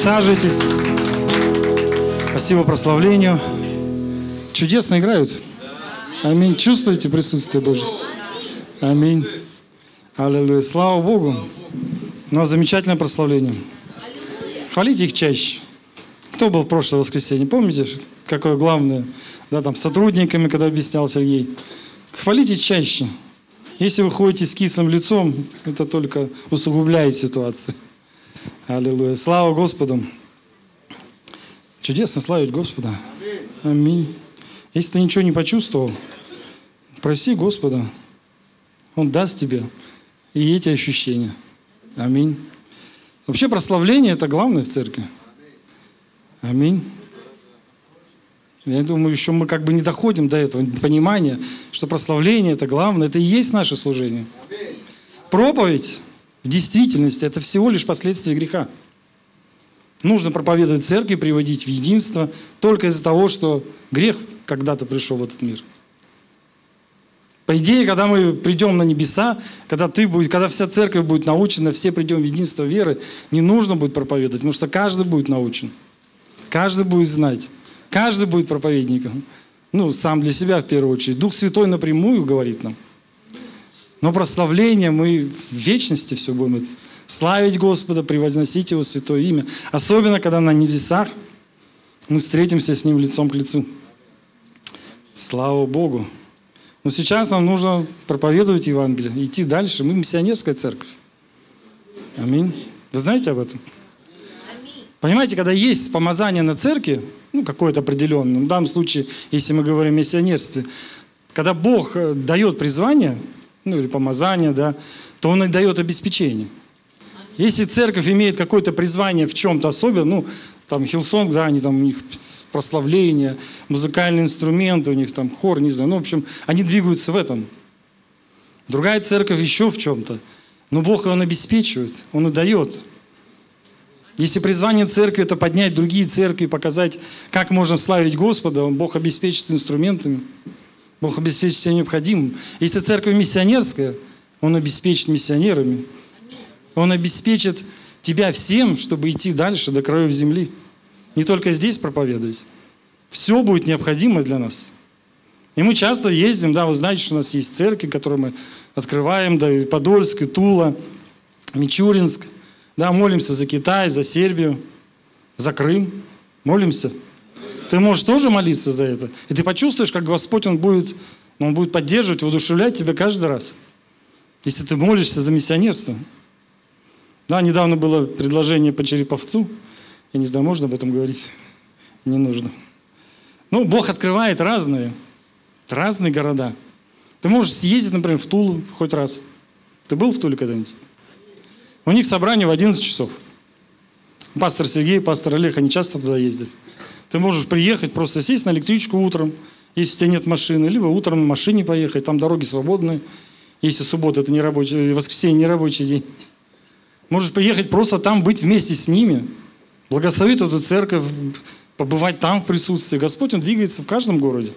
Присаживайтесь. Спасибо прославлению. Чудесно играют. Аминь. Чувствуете присутствие Божье? Аминь. Аллилуйя. Слава Богу. У нас замечательное прославление. Хвалите их чаще. Кто был в прошлое воскресенье? Помните, какое главное? Да, там с сотрудниками, когда объяснял Сергей. Хвалите чаще. Если вы ходите с кислым лицом, это только усугубляет ситуацию. Аллилуйя. Слава Господу. Чудесно славить Господа. Аминь. Если ты ничего не почувствовал, проси Господа. Он даст тебе и эти ощущения. Аминь. Вообще прославление – это главное в церкви. Аминь. Я думаю, еще мы как бы не доходим до этого понимания, что прославление – это главное. Это и есть наше служение. Проповедь в действительности – это всего лишь последствия греха. Нужно проповедовать церкви, приводить в единство только из-за того, что грех когда-то пришел в этот мир. По идее, когда мы придем на небеса, когда вся церковь будет научена, все придем в единство веры, не нужно будет проповедовать, потому что каждый будет научен. Каждый будет знать. Каждый будет проповедником. Сам для себя в первую очередь. Дух Святой напрямую говорит нам. Но прославление мы в вечности все будем славить Господа, превозносить Его святое имя. Особенно, когда на небесах мы встретимся с Ним лицом к лицу. Слава Богу. Но сейчас нам нужно проповедовать Евангелие, идти дальше. Мы миссионерская церковь. Аминь. Вы знаете об этом? Понимаете, когда есть помазание на церкви, какое-то определенное, в данном случае, если мы говорим о миссионерстве, когда Бог дает призвание, или помазание, да, то Он и дает обеспечение. Если церковь имеет какое-то призвание в чем-то особенном, там Хиллсонг, да, у них прославление, музыкальные инструменты, у них там хор, не знаю, в общем, они двигаются в этом. Другая церковь еще в чем-то, но Бог Он обеспечивает, Он и дает. Если призвание церкви – это поднять другие церкви, показать, как можно славить Господа, Бог обеспечит инструментами, Бог обеспечит всем необходимым. Если церковь миссионерская, Он обеспечит миссионерами. Он обеспечит тебя всем, чтобы идти дальше, до краев земли. Не только здесь проповедовать. Все будет необходимо для нас. И мы часто ездим, да, вы знаете, что у нас есть церкви, которые мы открываем, да, и Подольск, и Тула, Мичуринск. Да, молимся за Китай, за Сербию, за Крым. Молимся. Ты можешь тоже молиться за это. И ты почувствуешь, как Господь, Он будет поддерживать, воодушевлять тебя каждый раз. Если ты молишься за миссионерство. Да, недавно было предложение по Череповцу. Я не знаю, можно об этом говорить? Не нужно. Бог открывает разные города. Ты можешь съездить, например, в Тулу хоть раз. Ты был в Туле когда-нибудь? У них собрание в 11 часов. Пастор Сергей, пастор Олег, они часто туда ездят. Ты можешь приехать, просто сесть на электричку утром, если у тебя нет машины, либо утром на машине поехать, там дороги свободные. Если суббота, это не рабочий, воскресенье не рабочий день. Можешь приехать просто там, быть вместе с ними, благословить эту церковь, побывать там в присутствии. Господь, Он двигается в каждом городе.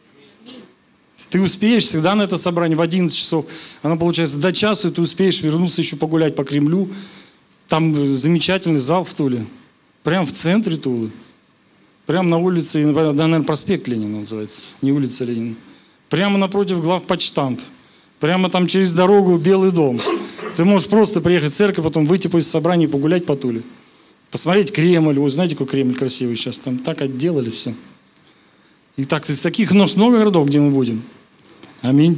Ты успеешь всегда на это собрание в 11 часов. Оно получается до часу, и ты успеешь вернуться еще погулять по Кремлю. Там замечательный зал в Туле. Прямо в центре Тулы. Прямо на улице, наверное, проспект Ленина называется. Не улица Ленина. Прямо напротив главпочтамт. Прямо там через дорогу Белый дом. Ты можешь просто приехать в церковь, потом выйти после собрания и погулять по Туле. Посмотреть Кремль. Вы знаете, какой Кремль красивый сейчас. Там так отделали все. И так, из таких много городов, где мы будем. Аминь.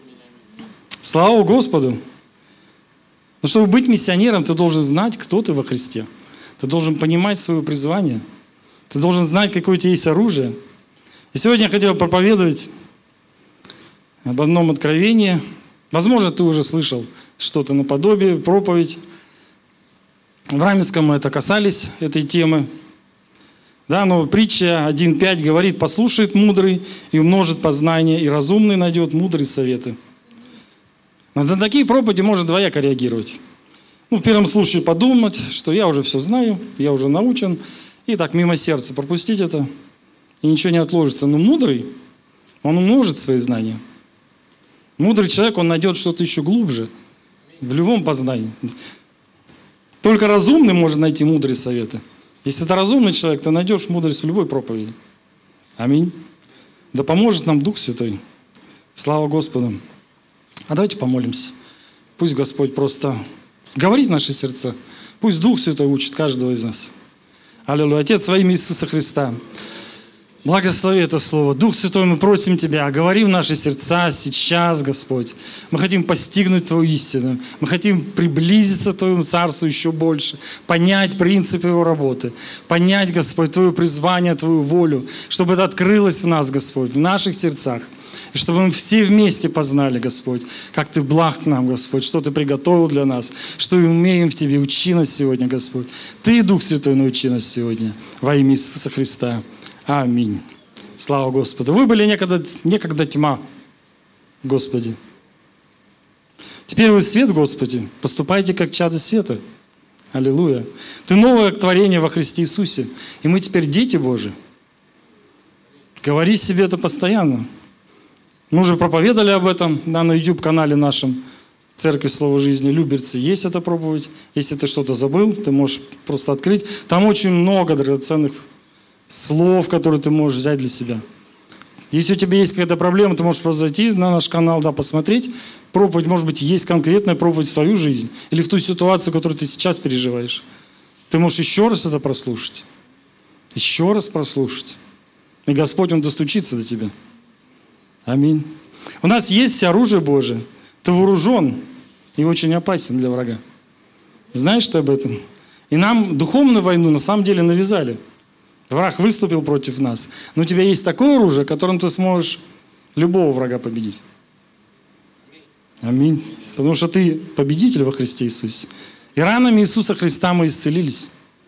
Слава Господу. Но чтобы быть миссионером, ты должен знать, кто ты во Христе. Ты должен понимать свое призвание. Ты должен знать, какое у тебя есть оружие. И сегодня я хотел проповедовать об одном откровении. Возможно, ты уже слышал что-то наподобие, проповедь. В Раменском мы касались этой темы. Да, но притча 1.5 говорит: послушает мудрый и умножит познание, и разумный найдет мудрые советы. На такие проповеди можно двояко реагировать. В первом случае подумать, что я уже все знаю, я уже научен, и так мимо сердца пропустить это, и ничего не отложится. Но мудрый, он умножит свои знания. Мудрый человек, он найдет что-то еще глубже, в любом познании. Только разумный может найти мудрые советы. Если ты разумный человек, ты найдешь мудрость в любой проповеди. Аминь. Да поможет нам Дух Святой. Слава Господу. А давайте помолимся. Пусть Господь просто говорит в наши сердца. Пусть Дух Святой учит каждого из нас. Аллилуйя. Отец, во имя Иисуса Христа, благослови это слово. Дух Святой, мы просим Тебя, говори в наши сердца сейчас, Господь. Мы хотим постигнуть Твою истину. Мы хотим приблизиться к Твоему Царству еще больше. Понять принципы Его работы. Понять, Господь, Твое призвание, Твою волю. Чтобы это открылось в нас, Господь, в наших сердцах. И чтобы мы все вместе познали, Господь, как Ты благ к нам, Господь, что Ты приготовил для нас, что мы умеем в Тебе. Учи нас сегодня, Господь. Ты, Дух Святой, научи нас сегодня. Во имя Иисуса Христа. Аминь. Слава Господу. Вы были некогда тьма, Господи. Теперь вы свет, Господи. Поступайте, как чады света. Аллилуйя. Ты новое творение во Христе Иисусе. И мы теперь дети Божии. Говори себе это постоянно. Мы уже проповедовали об этом на YouTube-канале нашем Церкви Слова Жизни, Люберцы. Есть эта проповедь. Если ты что-то забыл, ты можешь просто открыть. Там очень много драгоценных слов, которые ты можешь взять для себя. Если у тебя есть какая-то проблема, ты можешь просто зайти на наш канал, посмотреть. Проповедь, может быть, есть конкретная проповедь в твою жизнь или в ту ситуацию, которую ты сейчас переживаешь. Ты можешь еще раз это прослушать. Еще раз прослушать. И Господь, Он достучится до тебя. Аминь. У нас есть оружие Божие. Ты вооружен и очень опасен для врага. Знаешь ты об этом? И нам духовную войну на самом деле навязали. Враг выступил против нас. Но у тебя есть такое оружие, которым ты сможешь любого врага победить. Аминь. Потому что ты победитель во Христе Иисусе. И ранами Иисуса Христа мы исцелились.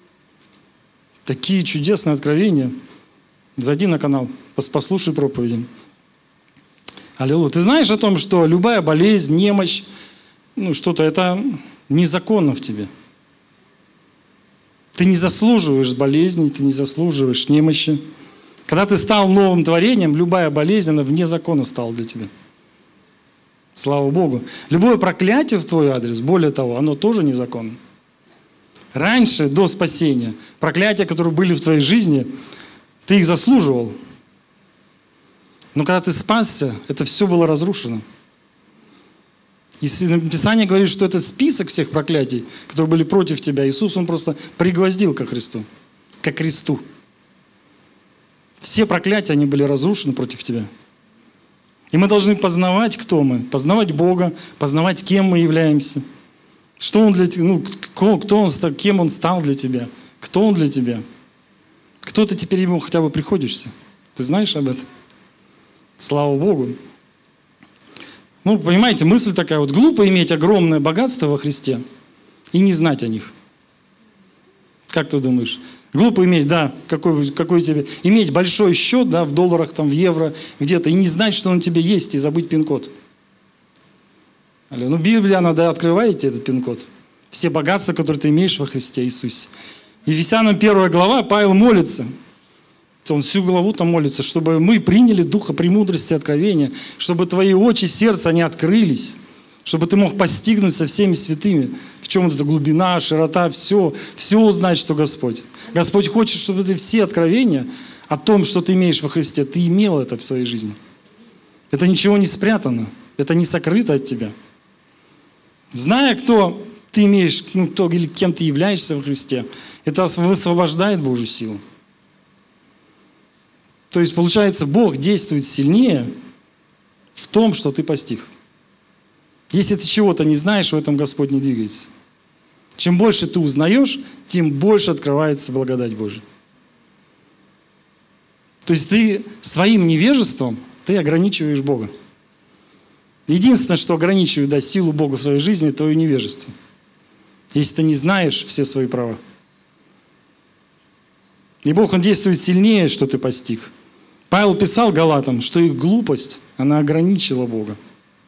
Такие чудесные откровения. Зайди на канал, послушай проповеди. Аллилуйя. Ты знаешь о том, что любая болезнь, немощь, что-то, это незаконно в тебе. Ты не заслуживаешь болезни, ты не заслуживаешь немощи. Когда ты стал новым творением, любая болезнь, она вне закона стала для тебя. Слава Богу. Любое проклятие в твой адрес, более того, оно тоже незаконно. Раньше, до спасения, проклятия, которые были в твоей жизни, ты их заслуживал. Но когда ты спасся, это все было разрушено. И Писание говорит, что этот список всех проклятий, которые были против тебя, Иисус, Он просто пригвоздил ко Христу. Ко кресту. Все проклятия, они были разрушены против тебя. И мы должны познавать, кто мы. Познавать Бога, познавать, кем мы являемся. Что Он для тебя, кем Он стал для тебя. Кто Он для тебя. Кто ты теперь Ему хотя бы приходишься. Ты знаешь об этом? Слава Богу. Понимаете, мысль такая, глупо иметь огромное богатство во Христе и не знать о них. Как ты думаешь? Глупо иметь, какой тебе, иметь большой счет, в долларах, в евро, где-то, и не знать, что он у тебя есть, и забыть пин-код. Библия, она, открываете этот пин-код. Все богатства, которые ты имеешь во Христе Иисусе. Ефесянам 1 глава, Павел молится. Он всю главу там молится, чтобы мы приняли духа премудрости и откровения, чтобы твои очи, сердце, они открылись, чтобы ты мог постигнуть со всеми святыми, в чем эта глубина, широта, все узнать, что Господь. Господь хочет, чтобы ты все откровения о том, что ты имеешь во Христе, ты имел это в своей жизни. Это ничего не спрятано, это не сокрыто от тебя. Зная, кто ты имеешь, или кем ты являешься во Христе, это высвобождает Божью силу. То есть, получается, Бог действует сильнее в том, что ты постиг. Если ты чего-то не знаешь, в этом Господь не двигается. Чем больше ты узнаешь, тем больше открывается благодать Божия. То есть ты своим невежеством, ты ограничиваешь Бога. Единственное, что ограничивает силу Бога в твоей жизни, это твое невежество. Если ты не знаешь все свои права. И Бог, Он действует сильнее, что ты постиг. Павел писал Галатам, что их глупость, она ограничила Бога.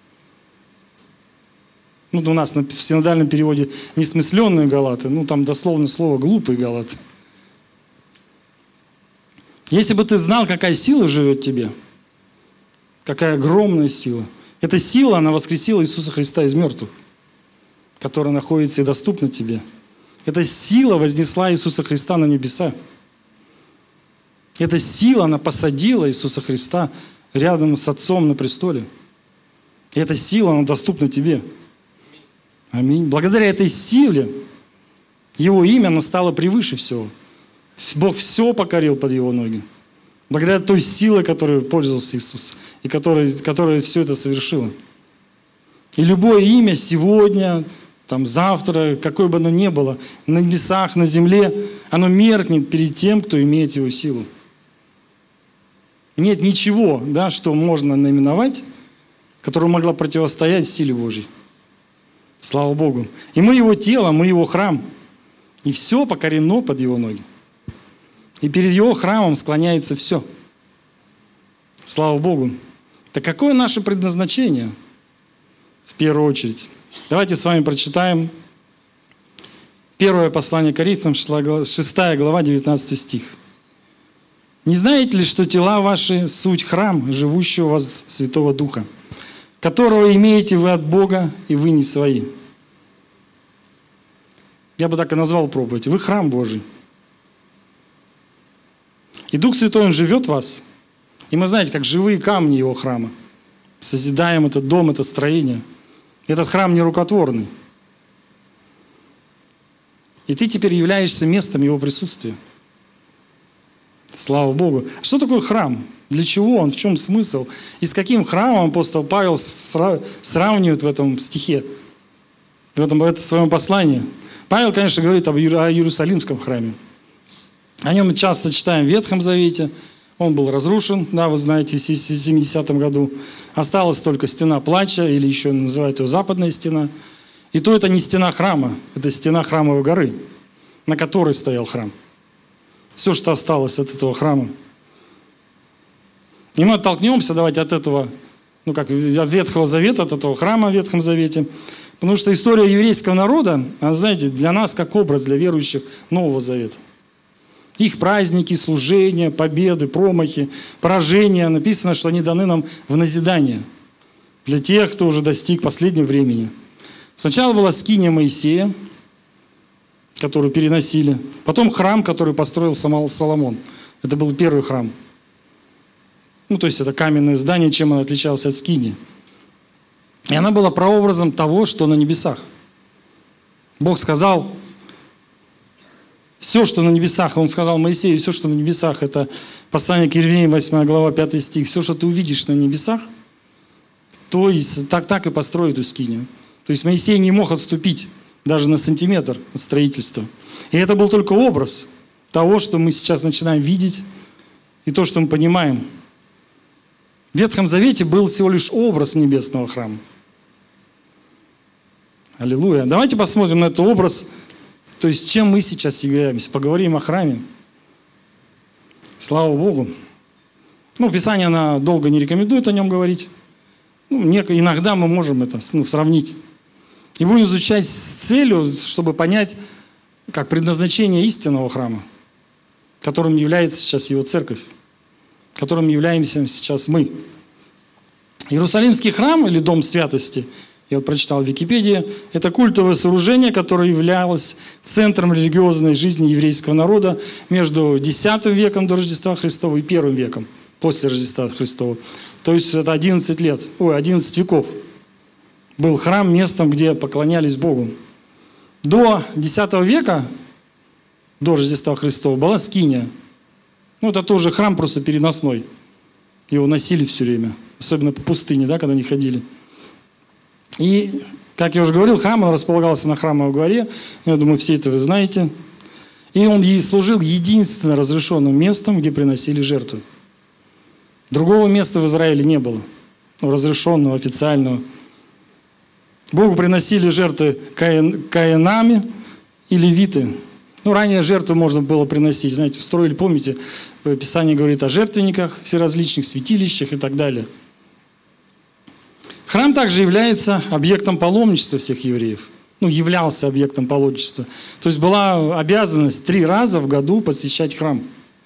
У нас в синодальном переводе несмысленные Галаты, там дословно слово глупые Галаты. Если бы ты знал, какая сила живет в тебе, какая огромная сила. Эта сила, она воскресила Иисуса Христа из мертвых, которая находится и доступна тебе. Эта сила вознесла Иисуса Христа на небеса. Эта сила, она посадила Иисуса Христа рядом с Отцом на престоле. И эта сила, она доступна тебе. Аминь. Благодаря этой силе Его имя, оно стало превыше всего. Бог все покорил под Его ноги. Благодаря той силе, которой пользовался Иисус, и которая все это совершила. И любое имя сегодня, завтра, какое бы оно ни было, на небесах, на земле, оно меркнет перед тем, кто имеет Его силу. Нет ничего, что можно наименовать, которое могло противостоять силе Божьей. Слава Богу. И мы Его тело, мы Его храм. И все покорено под Его ноги. И перед Его храмом склоняется все. Слава Богу. Так какое наше предназначение? В первую очередь. Давайте с вами прочитаем первое послание Коринфянам, 6 глава, 19 стих. «Не знаете ли, что тела ваши – суть храм, живущего у вас Святого Духа, которого имеете вы от Бога, и вы не свои?» Я бы так и назвал проповедь. Вы храм Божий. И Дух Святой, Он живет в вас. И мы, знаете, как живые камни Его храма. Созидаем этот дом, это строение. Этот храм нерукотворный. И ты теперь являешься местом Его присутствия. Слава Богу. Что такое храм? Для чего он? В чем смысл? И с каким храмом апостол Павел сравнивает в этом стихе, в своем послании? Павел, конечно, говорит о Иерусалимском храме. О нем мы часто читаем в Ветхом Завете. Он был разрушен, вы знаете, в 70-м году. Осталась только стена плача, или еще называют ее западная стена. И то это не стена храма, это стена храмовой горы, на которой стоял храм. Все, что осталось от этого храма. И мы оттолкнемся, давайте, от этого, от Ветхого Завета, от этого храма в Ветхом Завете. Потому что история еврейского народа, она, знаете, для нас как образ, для верующих Нового Завета. Их праздники, служения, победы, промахи, поражения, написано, что они даны нам в назидание. Для тех, кто уже достиг последнего времени. Сначала была скиния Моисея, которую переносили. Потом храм, который построил сам Соломон. Это был первый храм. То есть это каменное здание, чем оно отличалось от скинии. И она была прообразом того, что на небесах. Бог сказал, все, что на небесах, Он сказал Моисею, все, что на небесах, это послание к Евреям, 8 глава, 5 стих, все, что ты увидишь на небесах, то есть так и построй эту скинию. То есть Моисей не мог отступить даже на сантиметр от строительства. И это был только образ того, что мы сейчас начинаем видеть, и то, что мы понимаем. В Ветхом Завете был всего лишь образ небесного храма. Аллилуйя. Давайте посмотрим на этот образ, то есть чем мы сейчас являемся. Поговорим о храме. Слава Богу. Писание она долго не рекомендует о нем говорить. Иногда мы можем это сравнить. И будем изучать с целью, чтобы понять, как предназначение истинного храма, которым является сейчас его церковь, которым являемся сейчас мы. Иерусалимский храм или Дом святости, я прочитал в Википедии, это культовое сооружение, которое являлось центром религиозной жизни еврейского народа между X веком до Рождества Христова и I веком после Рождества Христова. То есть это 11 веков. Был храм местом, где поклонялись Богу. До X века, до Рождества Христова, была скиния. Это тоже храм просто переносной. Его носили все время. Особенно по пустыне, когда не ходили. И, как я уже говорил, храм он располагался на Храмовой горе. Я думаю, все это вы знаете. И он служил единственно разрешенным местом, где приносили жертвы. Другого места в Израиле не было. Разрешенного, официального. Богу приносили жертвы каинами и левиты. Ранее жертвы можно было приносить. Знаете, строили, помните, Писание говорит о жертвенниках, всеразличных святилищах и так далее. Храм также является объектом паломничества всех евреев. Являлся объектом паломничества. То есть была обязанность 3 раза в году посещать храм.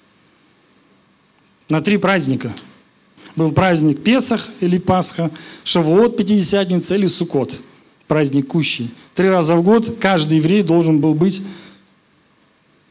На 3 праздника. Был праздник Песах или Пасха, Шавуот, Пятидесятница или Суккот. Праздник Кущий. 3 раза в год каждый еврей должен был быть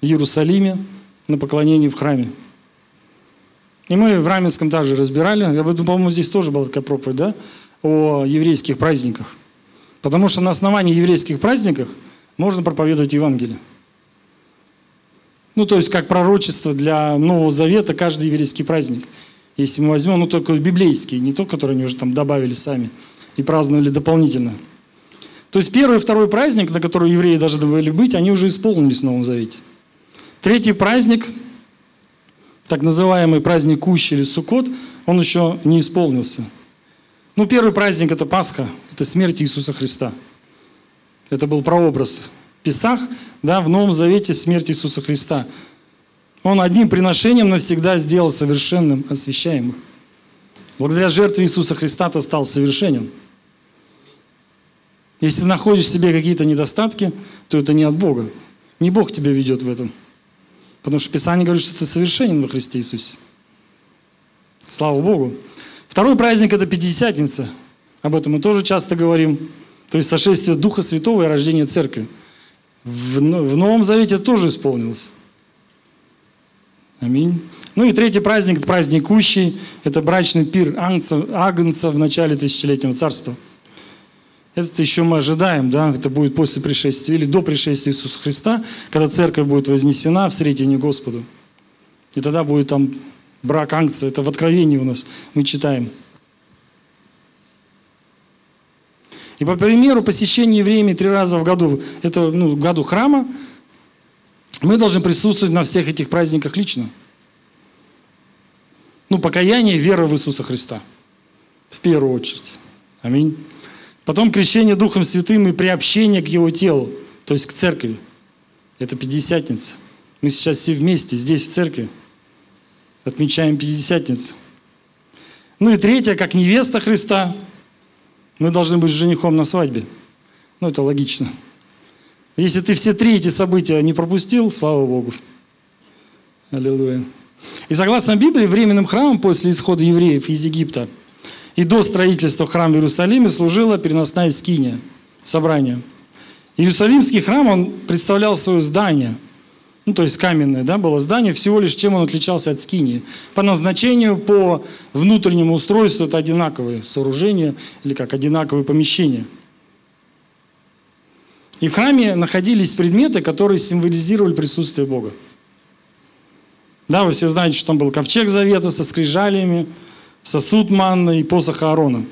в Иерусалиме на поклонении в храме. И мы в Раменском также разбирали, я думаю, по-моему, здесь тоже была такая проповедь, да, о еврейских праздниках. Потому что на основании еврейских праздников можно проповедовать Евангелие. Ну, то есть, как пророчество для Нового Завета, каждый еврейский праздник. Если мы возьмем, ну, только библейский, не тот, который они уже там добавили сами и праздновали дополнительно. То есть, первый и второй праздник, на который евреи должны были быть, они уже исполнились в Новом Завете. Третий праздник, так называемый праздник Кущ или Суккот, он еще не исполнился. Ну, первый праздник – это Пасха, это смерть Иисуса Христа. Это был прообраз. Песах, да, в Новом Завете смерть Иисуса Христа. Он одним приношением навсегда сделал совершенным освящаемых. Благодаря жертве Иисуса Христа ты стал совершенен. Если ты находишь в себе какие-то недостатки, то это не от Бога. Не Бог тебя ведет в этом. Потому что Писание говорит, что ты совершенен во Христе Иисусе. Слава Богу. Второй праздник – это Пятидесятница. Об этом мы тоже часто говорим. То есть сошествие Духа Святого и рождение Церкви. В Новом Завете тоже исполнилось. Аминь. Ну и третий праздник – это праздник Кущий. Это брачный пир Агнца в начале тысячелетнего царства. Это еще мы ожидаем, да, это будет после пришествия или до пришествия Иисуса Христа, когда церковь будет вознесена в сретении Господу. И тогда будет там брак Агнца, это в Откровении у нас, мы читаем. И по примеру посещения евреями 3 раза в году, это в году храма, мы должны присутствовать на всех этих праздниках лично. Покаяние, вера в Иисуса Христа. В первую очередь. Аминь. Потом крещение Духом Святым и приобщение к Его телу, то есть к церкви. Это Пятидесятница. Мы сейчас все вместе здесь, в церкви, отмечаем Пятидесятницу. И третье, как невеста Христа, мы должны быть женихом на свадьбе. Это логично. Если ты все 3 эти события не пропустил, слава Богу. Аллилуйя. И согласно Библии, временным храмом после исхода евреев из Египта и до строительства храма в Иерусалиме служила переносная скиния, собрание. Иерусалимский храм, он представлял свое здание, то есть каменное, да, было здание, всего лишь чем он отличался от скинии. По назначению, по внутреннему устройству это одинаковые сооружения или как одинаковые помещения. И в храме находились предметы, которые символизировали присутствие Бога. Да, вы все знаете, что там был ковчег завета со скрижалями, сосуд манны и посох Аарона.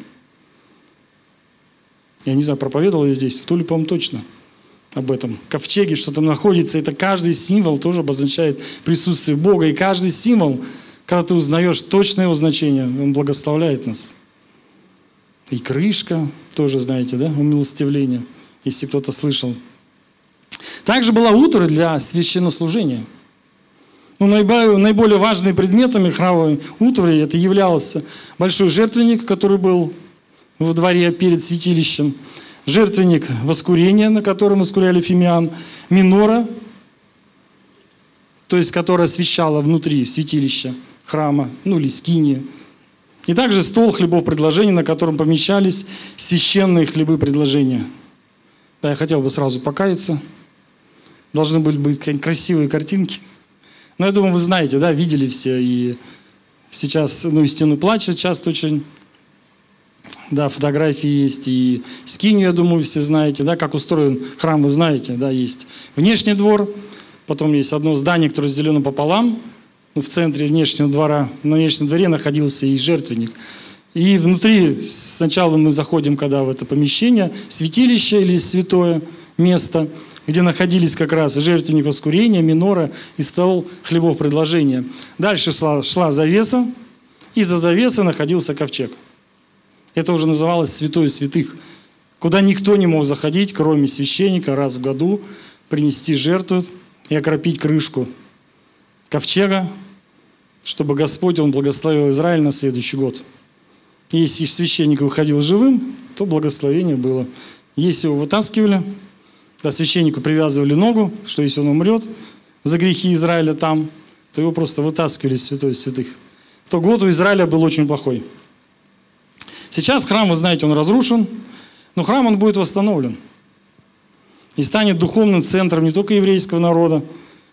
Я не знаю, проповедовал я здесь, в Туле, по-моему, точно об этом. Ковчеге, что там находится, это каждый символ тоже обозначает присутствие Бога. И каждый символ, когда ты узнаешь точное его значение, он благословляет нас. И крышка тоже, знаете, да, умилостивление, если кто-то слышал. Также была утварь для священнослужения. Наиболее важными предметами храмовой утвари это являлся большой жертвенник, который был во дворе перед святилищем, жертвенник воскурения, на котором воскуряли фимиам, минора, то есть которая освещала внутри святилища храма, или скинии, и также стол хлебов предложений, на котором помещались священные хлебы предложения. Да, я хотел бы сразу покаяться. Должны были быть какие-нибудь красивые картинки. Но я думаю, вы знаете, да, видели все. И сейчас, «Истину плача» часто очень, да, фотографии есть. И скинию, я думаю, все знаете, да, как устроен храм, вы знаете, да, есть внешний двор, потом есть одно здание, которое разделено пополам, в центре внешнего двора, на внешнем дворе находился и жертвенник. И внутри, сначала мы заходим, когда в это помещение, святилище или святое место, где находились как раз жертвенник воскурения, минора и стол хлебов предложения. Дальше шла завеса, и за завесой находился ковчег. Это уже называлось святое святых, куда никто не мог заходить, кроме священника, раз в году принести жертву и окропить крышку ковчега, чтобы Господь, Он благословил Израиль на следующий год. Если священник выходил живым, то благословение было. Если его вытаскивали, да, священнику привязывали ногу, что если он умрет за грехи Израиля там, то его просто вытаскивали из святой святых. То год у Израиля был очень плохой. Сейчас храм, вы знаете, он разрушен, но храм он будет восстановлен. И станет духовным центром не только еврейского народа,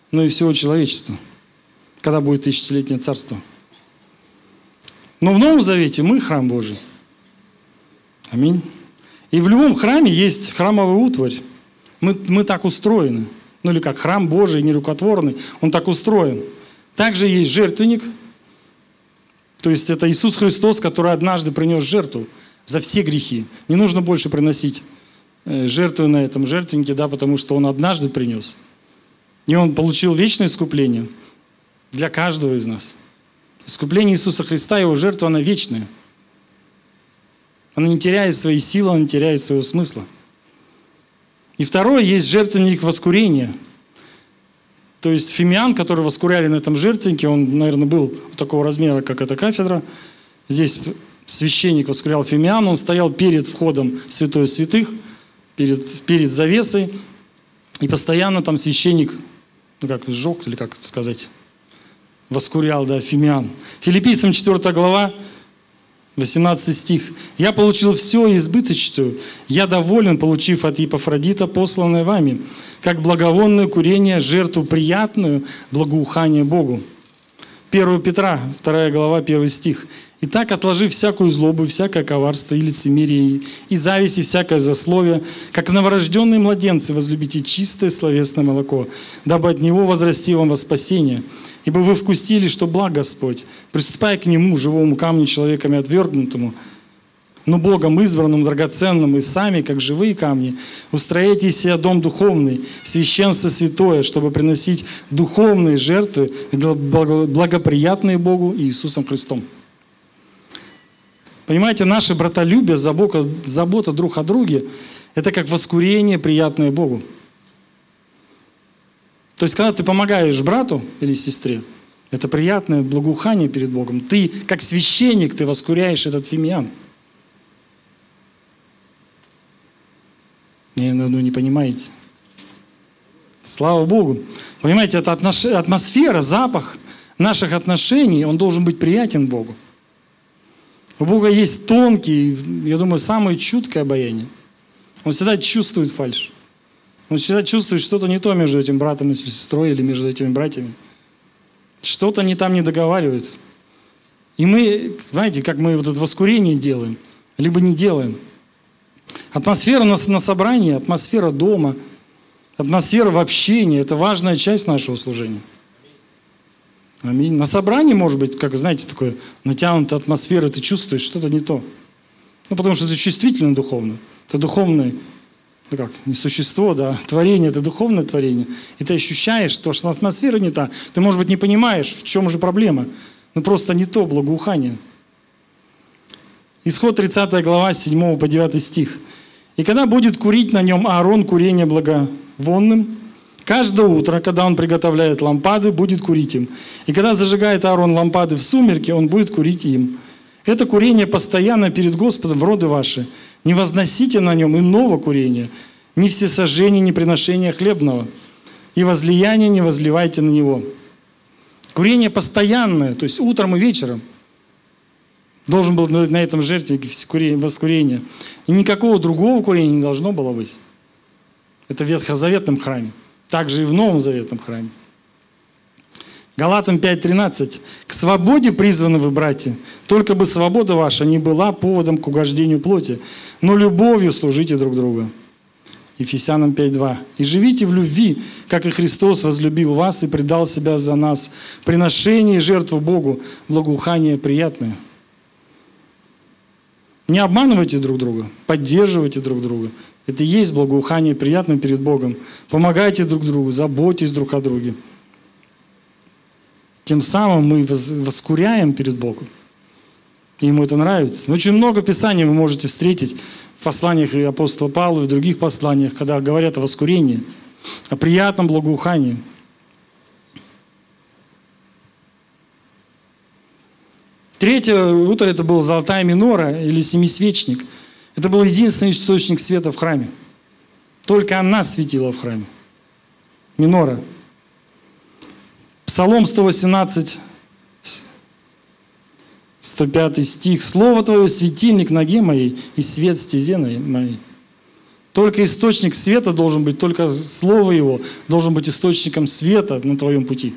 но и всего человечества, когда будет тысячелетнее царство. Но в Новом Завете мы храм Божий. Аминь. И в любом храме есть храмовая утварь. Мы так устроены. Ну или как храм Божий, нерукотворный, он так устроен. Также есть жертвенник. То есть это Иисус Христос, который однажды принес жертву за все грехи. Не нужно больше приносить жертвы на этом жертвеннике, да, потому что Он однажды принес. И Он получил вечное искупление для каждого из нас. Искупление Иисуса Христа, Его жертва, она вечная. Она не теряет своей силы, она не теряет своего смысла. И второе, есть жертвенник воскурения. То есть фимиам, который воскуряли на этом жертвеннике, он, наверное, был такого размера, как эта кафедра. Здесь священник воскурял фимиам, он стоял перед входом в святое святых, перед завесой, и постоянно там священник, ну как, сжег, или как это сказать, воскурял, да, фимиам. Филиппийцам 4 глава, 18 стих. «Я получил все избыточную, я доволен, получив от Епафродита, посланное вами, как благовонное курение, жертву приятную, благоухание Богу». 1 Петра, 2 глава, 1 стих. «Итак, отложив всякую злобу, всякое коварство и лицемерие, и зависть, и всякое злословие, как новорожденные младенцы, возлюбите чистое словесное молоко, дабы от него возрасти вам во спасение. Ибо вы вкусили, что благ Господь, приступая к Нему, живому камню, человеками отвергнутому, но Богом избранным, драгоценным, и сами, как живые камни, устроите из себя дом духовный, священство святое, чтобы приносить духовные жертвы, благоприятные Богу и Иисусом Христом». Понимаете, наше братолюбие, забота друг о друге – это как воскурение, приятное Богу. То есть, когда ты помогаешь брату или сестре, это приятное благоухание перед Богом. Ты, как священник, ты воскуряешь этот фимиам. Не понимаете. Слава Богу. Понимаете, это атмосфера, запах наших отношений, он должен быть приятен Богу. У Бога есть тонкий, я думаю, самое чуткое обаяние. Он всегда чувствует фальшь. Он всегда чувствует что-то не то между этим братом и сестрой или между этими братьями. Что-то не там не договаривает. И мы, знаете, как мы вот это воскурение делаем, либо не делаем. Атмосфера на собрании, атмосфера дома, атмосфера в общении – это важная часть нашего служения. Аминь. На собрании, может быть, как, знаете, такое натянутая атмосфера, ты чувствуешь что-то не то. Ну, потому что ты чувствительно духовно. Это духовное, ну как, не существо, да, творение, это духовное творение. И ты ощущаешь, что атмосфера не та. Ты, может быть, не понимаешь, в чем же проблема. Ну, просто не то благоухание. Исход 30 глава, 7 по 9 стих. «И когда будет курить на нем Аарон курение благовонным, каждое утро, когда он приготовляет лампады, будет курить им. И когда зажигает Аарон лампады в сумерки, он будет курить им. Это курение постоянно перед Господом в роды ваши. Не возносите на нем иного курения, ни всесожжения, ни приношения хлебного. И возлияния не возливайте на него». Курение постоянное, то есть утром и вечером. Должен был на этом жертвеннике воскурение. И никакого другого курения не должно было быть. Это в ветхозаветном храме. Также и в Новом Заветном храме. Галатам 5:13. «К свободе призваны вы, братья, только бы свобода ваша не была поводом к угождению плоти, но любовью служите друг другу». Ефесянам 5:2. «И живите в любви, как и Христос возлюбил вас и предал себя за нас, приношение и жертву Богу, благоухание приятное». Не обманывайте друг друга, поддерживайте друг друга. Это и есть благоухание приятное перед Богом. Помогайте друг другу, заботьтесь друг о друге. Тем самым мы воскуряем перед Богом. И Ему это нравится. Очень много Писаний вы можете встретить в посланиях и апостола Павла, и в других посланиях, когда говорят о воскурении, о приятном благоухании. Третье утро это была золотая минора или семисвечник. Это был единственный источник света в храме. Только она светила в храме. Минора. Псалом 118, 105 стих. «Слово Твое — светильник ноге моей и свет стезе моей». Только источник света должен быть, только Слово Его должен быть источником света на твоем пути.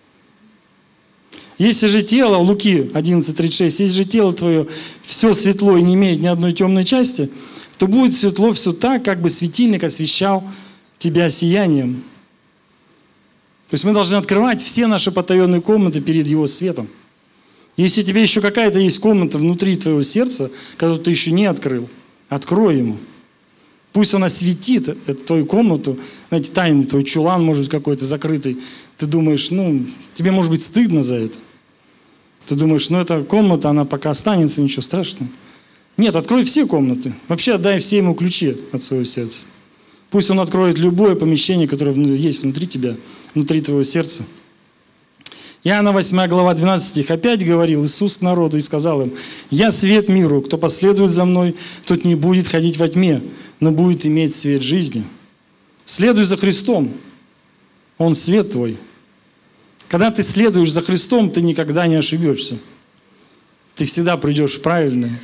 Если же тело, Луки 11:36, если же тело твое все светло и не имеет ни одной темной части, то будет светло все так, как бы светильник освещал тебя сиянием. То есть мы должны открывать все наши потаенные комнаты перед Его светом. Если у тебя еще какая-то есть комната внутри твоего сердца, которую ты еще не открыл, открой Ему. Пусть Он осветит эту твою комнату, знаете, тайный твой чулан, может быть, какой-то закрытый. Ты думаешь, тебе может быть стыдно за это. Ты думаешь, эта комната, она пока останется, ничего страшного. Нет, открой все комнаты. Вообще отдай все Ему ключи от своего сердца. Пусть Он откроет любое помещение, которое есть внутри тебя, внутри твоего сердца. Иоанна 8 глава 12 стих. Опять говорил Иисус к народу и сказал им: «Я свет миру, кто последует за Мной, тот не будет ходить во тьме, но будет иметь свет жизни». Следуй за Христом. Он свет твой. Когда ты следуешь за Христом, ты никогда не ошибешься. Ты всегда придешь в правильное.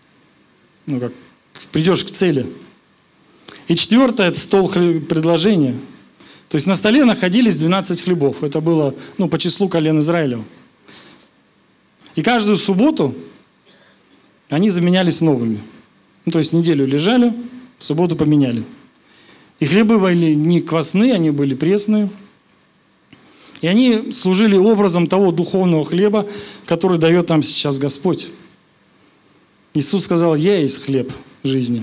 Придешь к цели. И четвертое – это стол предложения. То есть на столе находились 12 хлебов. Это было по числу колен Израилева. И каждую субботу они заменялись новыми. То есть неделю лежали, в субботу поменяли. И хлебы были не квасные, они были пресные. И они служили образом того духовного хлеба, который дает нам сейчас Господь. Иисус сказал: «Я есть хлеб жизни».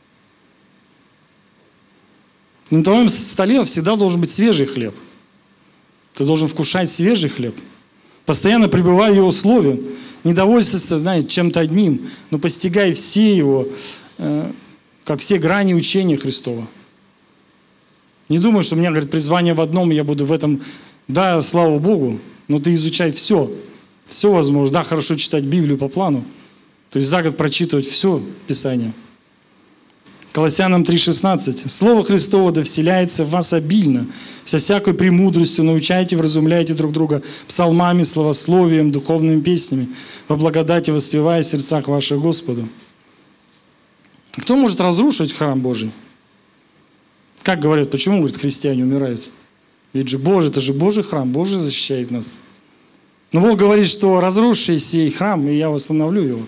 На твоем столе всегда должен быть свежий хлеб. Ты должен вкушать свежий хлеб. Постоянно пребывай в Его Слове. Не довольствуйся, чем-то одним, но постигай все Его, как все грани учения Христова. Не думай, что у меня, призвание в одном, и я буду в этом. Да, слава Богу, но ты изучай все. Все возможно. Да, хорошо читать Библию по плану. То есть за год прочитывать все Писание. Колоссянам 3:16. «Слово Христово да вселяется в вас обильно, со всякой премудростью научайте, вразумляйте друг друга псалмами, словословием, духовными песнями, во благодати воспевая в сердцах ваших Господу». Кто может разрушить храм Божий? Как говорят, почему, христиане умирают? Ведь же Божий, это же Божий храм, Божий защищает нас. Но Бог говорит, что разруши сей храм, и я восстановлю его.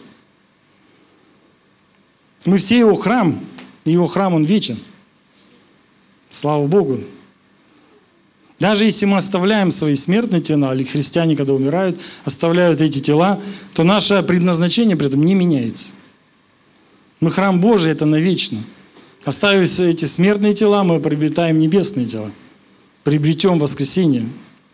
Мы все Его храм, и Его храм, Он вечен. Слава Богу. Даже если мы оставляем свои смертные тела, или христиане, когда умирают, оставляют эти тела, то наше предназначение при этом не меняется. Мы храм Божий, это навечно. Оставив эти смертные тела, мы приобретаем небесные тела. Приобретем воскресение.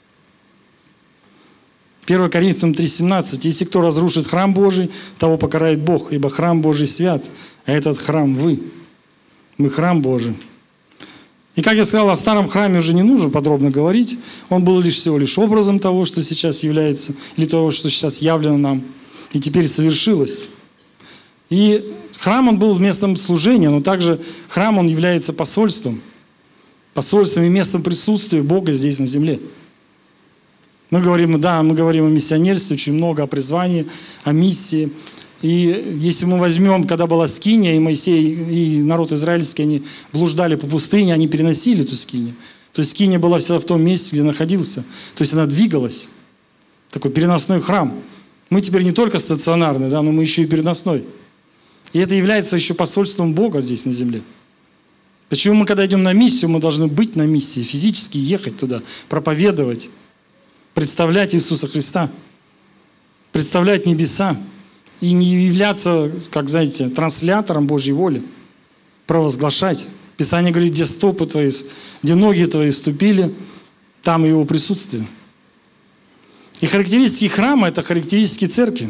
1 Коринфянам 3:17. «Если кто разрушит храм Божий, того покарает Бог, ибо храм Божий свят, а этот храм вы». Мы храм Божий. И как я сказал, о старом храме уже не нужно подробно говорить. Он был всего лишь образом того, что сейчас является, или того, что сейчас явлено нам, и теперь совершилось. И храм, он был местом служения, но также храм, он является посольством. Посольством и местом присутствия Бога здесь на земле. Мы говорим о миссионерстве, очень много о призвании, о миссии. И если мы возьмем, когда была скиния, и Моисей, и народ израильский, они блуждали по пустыне, они переносили эту скинию. То есть скиния была всегда в том месте, где находился. То есть она двигалась. Такой переносной храм. Мы теперь не только стационарный, но мы еще и переносной. И это является еще посольством Бога здесь на земле. Почему мы, когда идем на миссию, мы должны быть на миссии, физически ехать туда, проповедовать, представлять Иисуса Христа, представлять небеса и не являться, как знаете, транслятором Божьей воли, провозглашать. Писание говорит, где стопы твои, где ноги твои ступили, там Его присутствие. И характеристики храма – это характеристики церкви.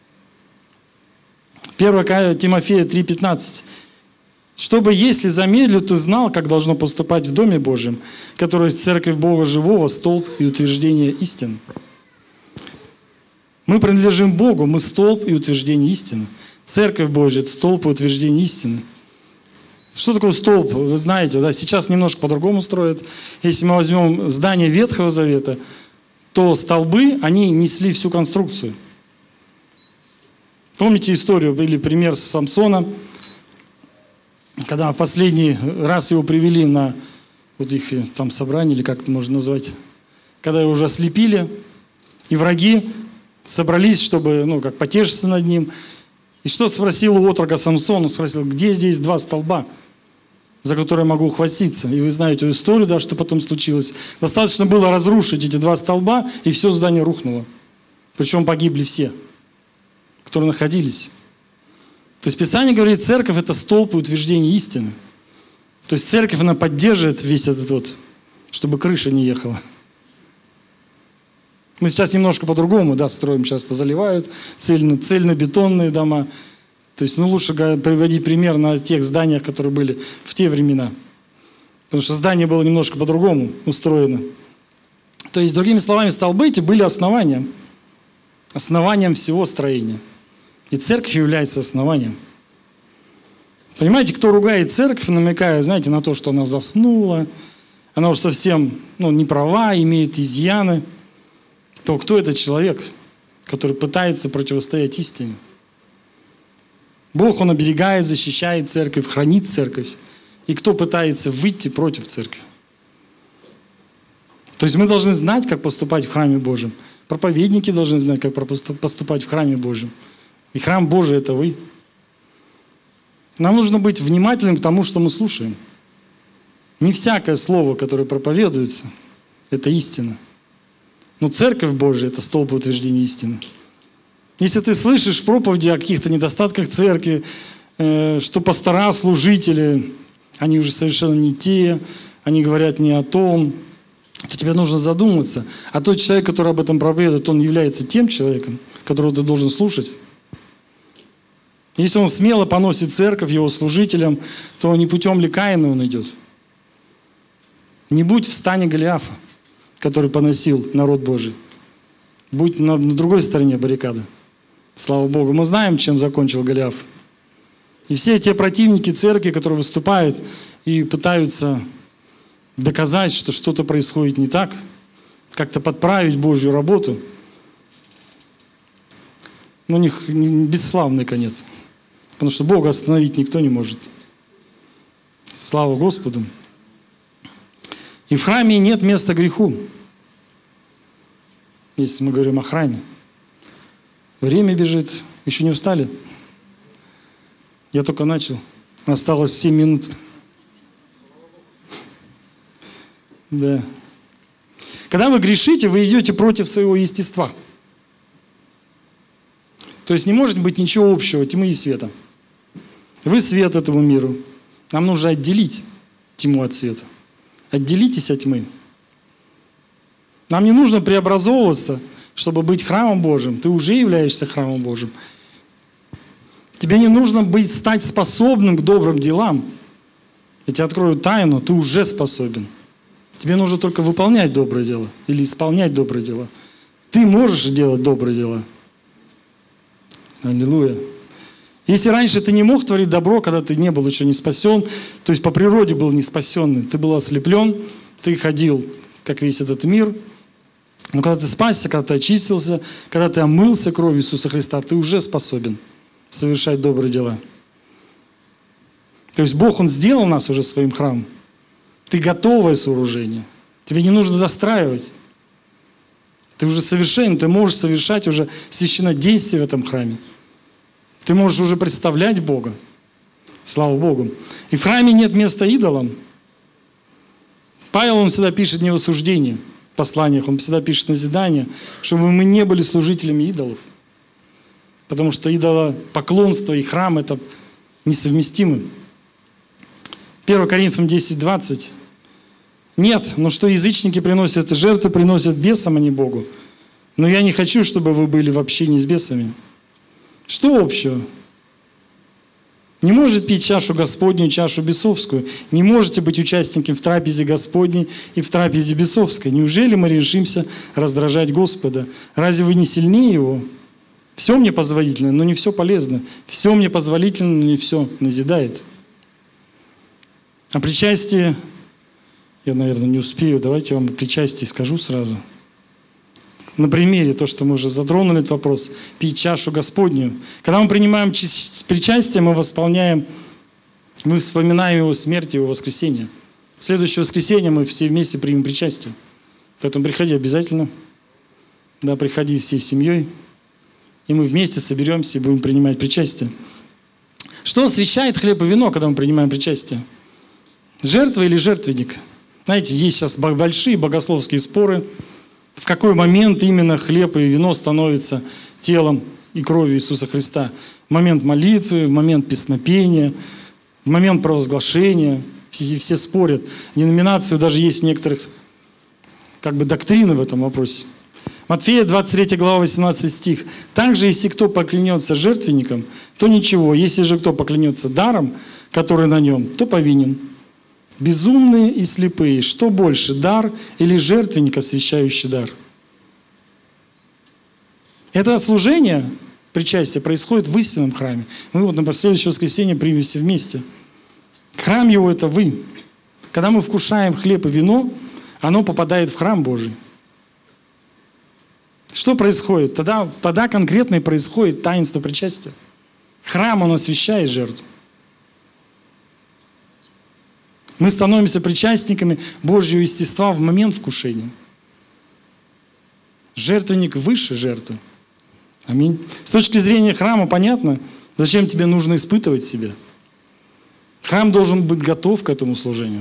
1 Тимофея 3:15. «Чтобы, если замедлю, ты знал, как должно поступать в Доме Божьем, который есть церковь Бога живого, столб и утверждение истины». Мы принадлежим Богу, мы столб и утверждение истины. Церковь Божья – это столб и утверждение истины. Что такое столб? Вы знаете, да? Сейчас немножко по-другому строят. Если мы возьмем здание Ветхого Завета, то столбы, они несли всю конструкцию. Помните историю или пример с Самсона? когда в последний раз его привели на вот их там собрание, или как это можно назвать, когда его уже ослепили, и враги собрались, чтобы, как потешиться над ним. И что спросил у отрока Самсон? Он спросил, где здесь 2 столба, за которые я могу ухватиться? И вы знаете историю, да, что потом случилось. Достаточно было разрушить эти 2 столба, и все здание рухнуло. Причем погибли все, которые находились. То есть Писание говорит, церковь – это столб и утверждение истины. То есть церковь, она поддерживает весь этот чтобы крыша не ехала. Мы сейчас немножко по-другому, строим, часто заливают цельнобетонные дома. То есть, лучше приводить пример на тех зданиях, которые были в те времена. Потому что здание было немножко по-другому устроено. То есть, другими словами, столбы эти были основанием всего строения. И церковь является основанием. Понимаете, кто ругает церковь, намекая, знаете, на то, что она заснула, она уж совсем не права, имеет изъяны, то кто этот человек, который пытается противостоять истине? Бог, Он оберегает, защищает церковь, хранит церковь. И кто пытается выйти против церкви? То есть мы должны знать, как поступать в храме Божьем. Проповедники должны знать, как поступать в храме Божьем. И храм Божий – это вы. Нам нужно быть внимательным к тому, что мы слушаем. Не всякое слово, которое проповедуется, это истина. Но церковь Божия – это столб утверждения истины. Если ты слышишь проповеди о каких-то недостатках церкви, что пастора, служители, они уже совершенно не те, они говорят не о том, то тебе нужно задуматься. А тот человек, который об этом проповедует, он является тем человеком, которого ты должен слушать. Если он смело поносит церковь его служителям, то не путем ли Каина он идет. Не будь в стане Голиафа, который поносил народ Божий. Будь на другой стороне баррикады. Слава Богу. Мы знаем, чем закончил Голиаф. И все те противники церкви, которые выступают и пытаются доказать, что что-то происходит не так, как-то подправить Божью работу, у них бесславный конец. Потому что Бога остановить никто не может. Слава Господу. И в храме нет места греху. Если мы говорим о храме. Время бежит. Еще не устали? Я только начал. Осталось 7 минут. Да. Когда вы грешите, вы идете против своего естества. То есть не может быть ничего общего тьмы и света. Вы свет этому миру. Нам нужно отделить тьму от света. Отделитесь от тьмы. Нам не нужно преобразовываться, чтобы быть храмом Божьим. Ты уже являешься храмом Божьим. Тебе не нужно стать способным к добрым делам. Я тебе открою тайну, ты уже способен. Тебе нужно только выполнять добрые дела или исполнять добрые дела. Ты можешь делать добрые дела. Аллилуйя. Если раньше ты не мог творить добро, когда ты не был еще не спасен, то есть по природе был не спасенный, ты был ослеплен, ты ходил, как весь этот мир. Но когда ты спасся, когда ты очистился, когда ты омылся кровью Иисуса Христа, ты уже способен совершать добрые дела. То есть Бог, Он сделал нас уже своим храмом. Ты готовое сооружение. Тебе не нужно достраивать. Ты уже совершенен, ты можешь совершать уже священнодействие в этом храме. Ты можешь уже представлять Бога. Слава Богу. И в храме нет места идолам. Павел, он всегда пишет не в осуждении в посланиях, он всегда пишет назидание, чтобы мы не были служителями идолов. Потому что идолопоклонство и храм – это несовместимы. 1 Коринфянам 10:20. Нет, но что язычники приносят жертвы, приносят бесам, а не Богу. Но я не хочу, чтобы вы были в общении с бесами. Что общего? Не может пить чашу Господню, чашу бесовскую. Не можете быть участником в трапезе Господней и в трапезе бесовской. Неужели мы решимся раздражать Господа? Разве вы не сильнее Его? Все мне позволительно, но не все полезно. Все мне позволительно, но не все назидает. О причастии я, наверное, не успею. Давайте я вам о причастии скажу сразу. На примере, то, что мы уже затронули этот вопрос, пить чашу Господнюю. Когда мы принимаем причастие, мы восполняем Мы вспоминаем Его смерть и Его воскресение. В следующее воскресенье мы все вместе примем причастие. Поэтому приходи обязательно. Да, приходи всей семьей. И мы вместе соберемся и будем принимать причастие. Что освящает хлеб и вино, когда мы принимаем причастие? Жертва или жертвенник? Знаете, есть сейчас большие богословские споры, в какой момент именно хлеб и вино становятся телом и кровью Иисуса Христа. В момент молитвы, в момент песнопения, в момент провозглашения. Все спорят. Деноминацию даже есть в некоторых доктрины в этом вопросе. Матфея 23 глава 18 стих. «Также, если кто поклянется жертвенником, то ничего. Если же кто поклянется даром, который на нем, то повинен. Безумные и слепые, что больше, дар или жертвенник, освящающий дар?» Это служение, причастие, происходит в истинном храме. Мы например, в следующее воскресенье примем все вместе. Храм его – это вы. Когда мы вкушаем хлеб и вино, оно попадает в храм Божий. Что происходит? Тогда конкретно и происходит таинство причастия. Храм, он освящает жертву. Мы становимся причастниками Божьего естества в момент вкушения. Жертвенник выше жертвы. Аминь. С точки зрения храма понятно, зачем тебе нужно испытывать себя. Храм должен быть готов к этому служению.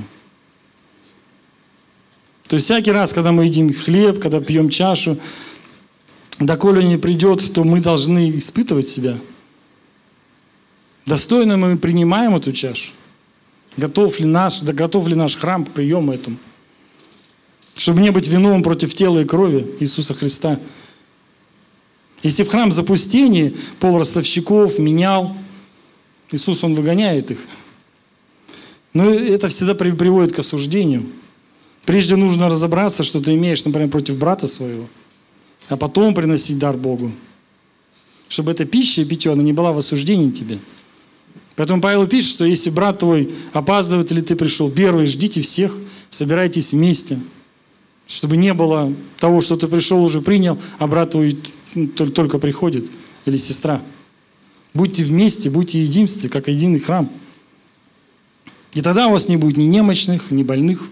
То есть всякий раз, когда мы едим хлеб, когда пьем чашу, доколе не придет, то мы должны испытывать себя. Достойно мы принимаем эту чашу. Готов ли наш храм к приему этому? Чтобы не быть виновным против тела и крови Иисуса Христа. Если в храм запустение, пол ростовщиков, менял, Иисус, Он выгоняет их. Но это всегда приводит к осуждению. Прежде нужно разобраться, что ты имеешь, например, против брата своего, а потом приносить дар Богу. Чтобы эта пища и питье, она не была в осуждении тебе. Поэтому Павел пишет, что если брат твой опаздывает или ты пришел первый, ждите всех, собирайтесь вместе. Чтобы не было того, что ты пришел, уже принял, а брат твой только приходит, или сестра. Будьте вместе, будьте в единстве, как единый храм. И тогда у вас не будет ни немощных, ни больных.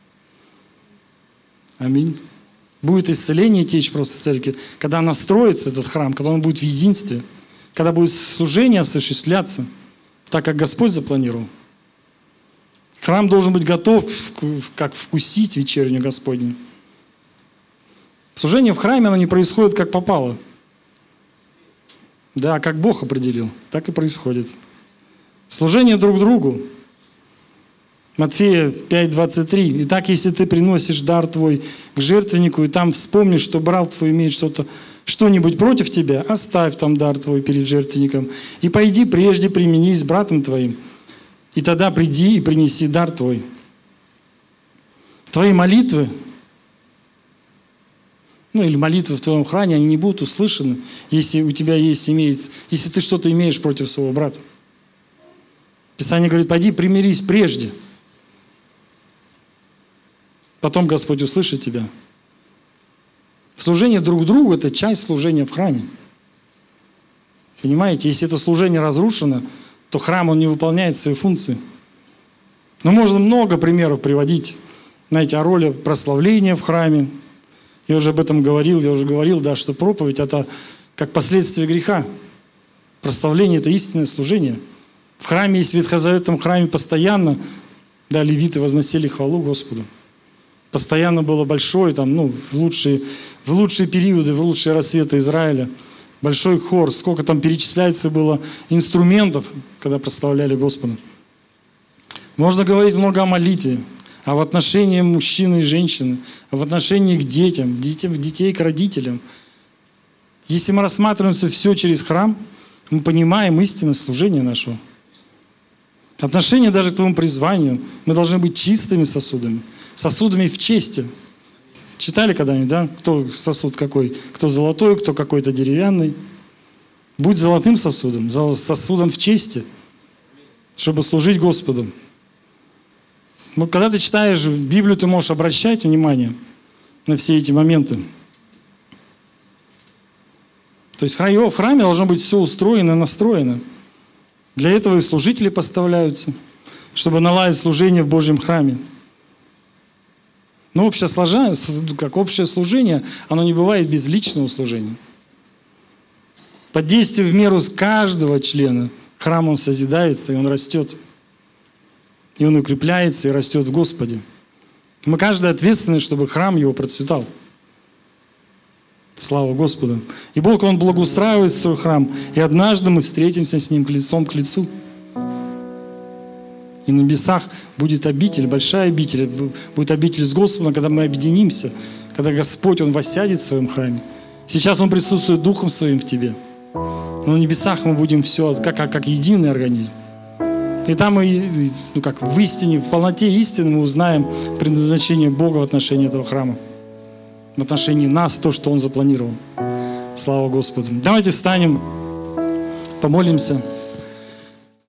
Аминь. Будет исцеление течь просто в церкви, когда настроится этот храм, когда он будет в единстве, когда будет служение осуществляться, так как Господь запланировал. Храм должен быть готов, как вкусить вечернюю Господню. Служение в храме, оно не происходит как попало. Да, как Бог определил, так и происходит. Служение друг другу. Матфея 5:23. «Итак, если ты приносишь дар твой к жертвеннику, и там вспомнишь, что брат твой имеет что-нибудь против тебя, оставь там дар твой перед жертвенником, и пойди прежде применись с братом твоим, и тогда приди и принеси дар твой». Твои молитвы, или молитвы в твоем храме, они не будут услышаны, если у тебя если ты что-то имеешь против своего брата. Писание говорит, пойди примирись прежде. Потом Господь услышит тебя. Служение друг другу – это часть служения в храме. Понимаете, если это служение разрушено, то храм, он не выполняет свои функции. Но можно много примеров приводить. Знаете, о роли прославления в храме. Я уже об этом говорил, что проповедь – это как последствие греха. Прославление – это истинное служение. В храме, есть в Ветхозаветном храме постоянно, левиты возносили хвалу Господу. Постоянно было большое, в лучшие периоды, в лучшие рассветы Израиля, большой хор, сколько там перечисляется было инструментов, когда прославляли Господа. Можно говорить много о молитве, а в отношении мужчины и женщины, а в отношении к детей к родителям. Если мы рассматриваем все через храм, мы понимаем истинное служение нашего. Отношение даже к твоему призванию. Мы должны быть чистыми сосудами. Сосудами в чести. Читали когда-нибудь, да? Кто сосуд какой? Кто золотой, кто какой-то деревянный. Будь золотым сосудом, сосудом в чести, чтобы служить Господу. Когда ты читаешь Библию, ты можешь обращать внимание на все эти моменты. То есть в храме должно быть все устроено и настроено. Для этого и служители поставляются. чтобы наладить служение в Божьем храме. Но общее служение, оно не бывает без личного служения. Под действием в меру каждого члена храм он созидается, и он растет. И он укрепляется, и растет в Господе. Мы каждый ответственны, чтобы храм его процветал. Слава Господу. И Бог, Он благоустраивает свой храм, и однажды мы встретимся с Ним лицом к лицу. И на небесах будет обитель, большая обитель, будет обитель с Господом, когда мы объединимся, когда Господь, Он воссядет в своем храме. Сейчас Он присутствует Духом Своим в тебе. Но на небесах мы будем все как единый организм. И там мы, в истине, в полноте истины мы узнаем предназначение Бога в отношении этого храма. В отношении нас, то, что Он запланировал. Слава Господу. Давайте встанем, помолимся.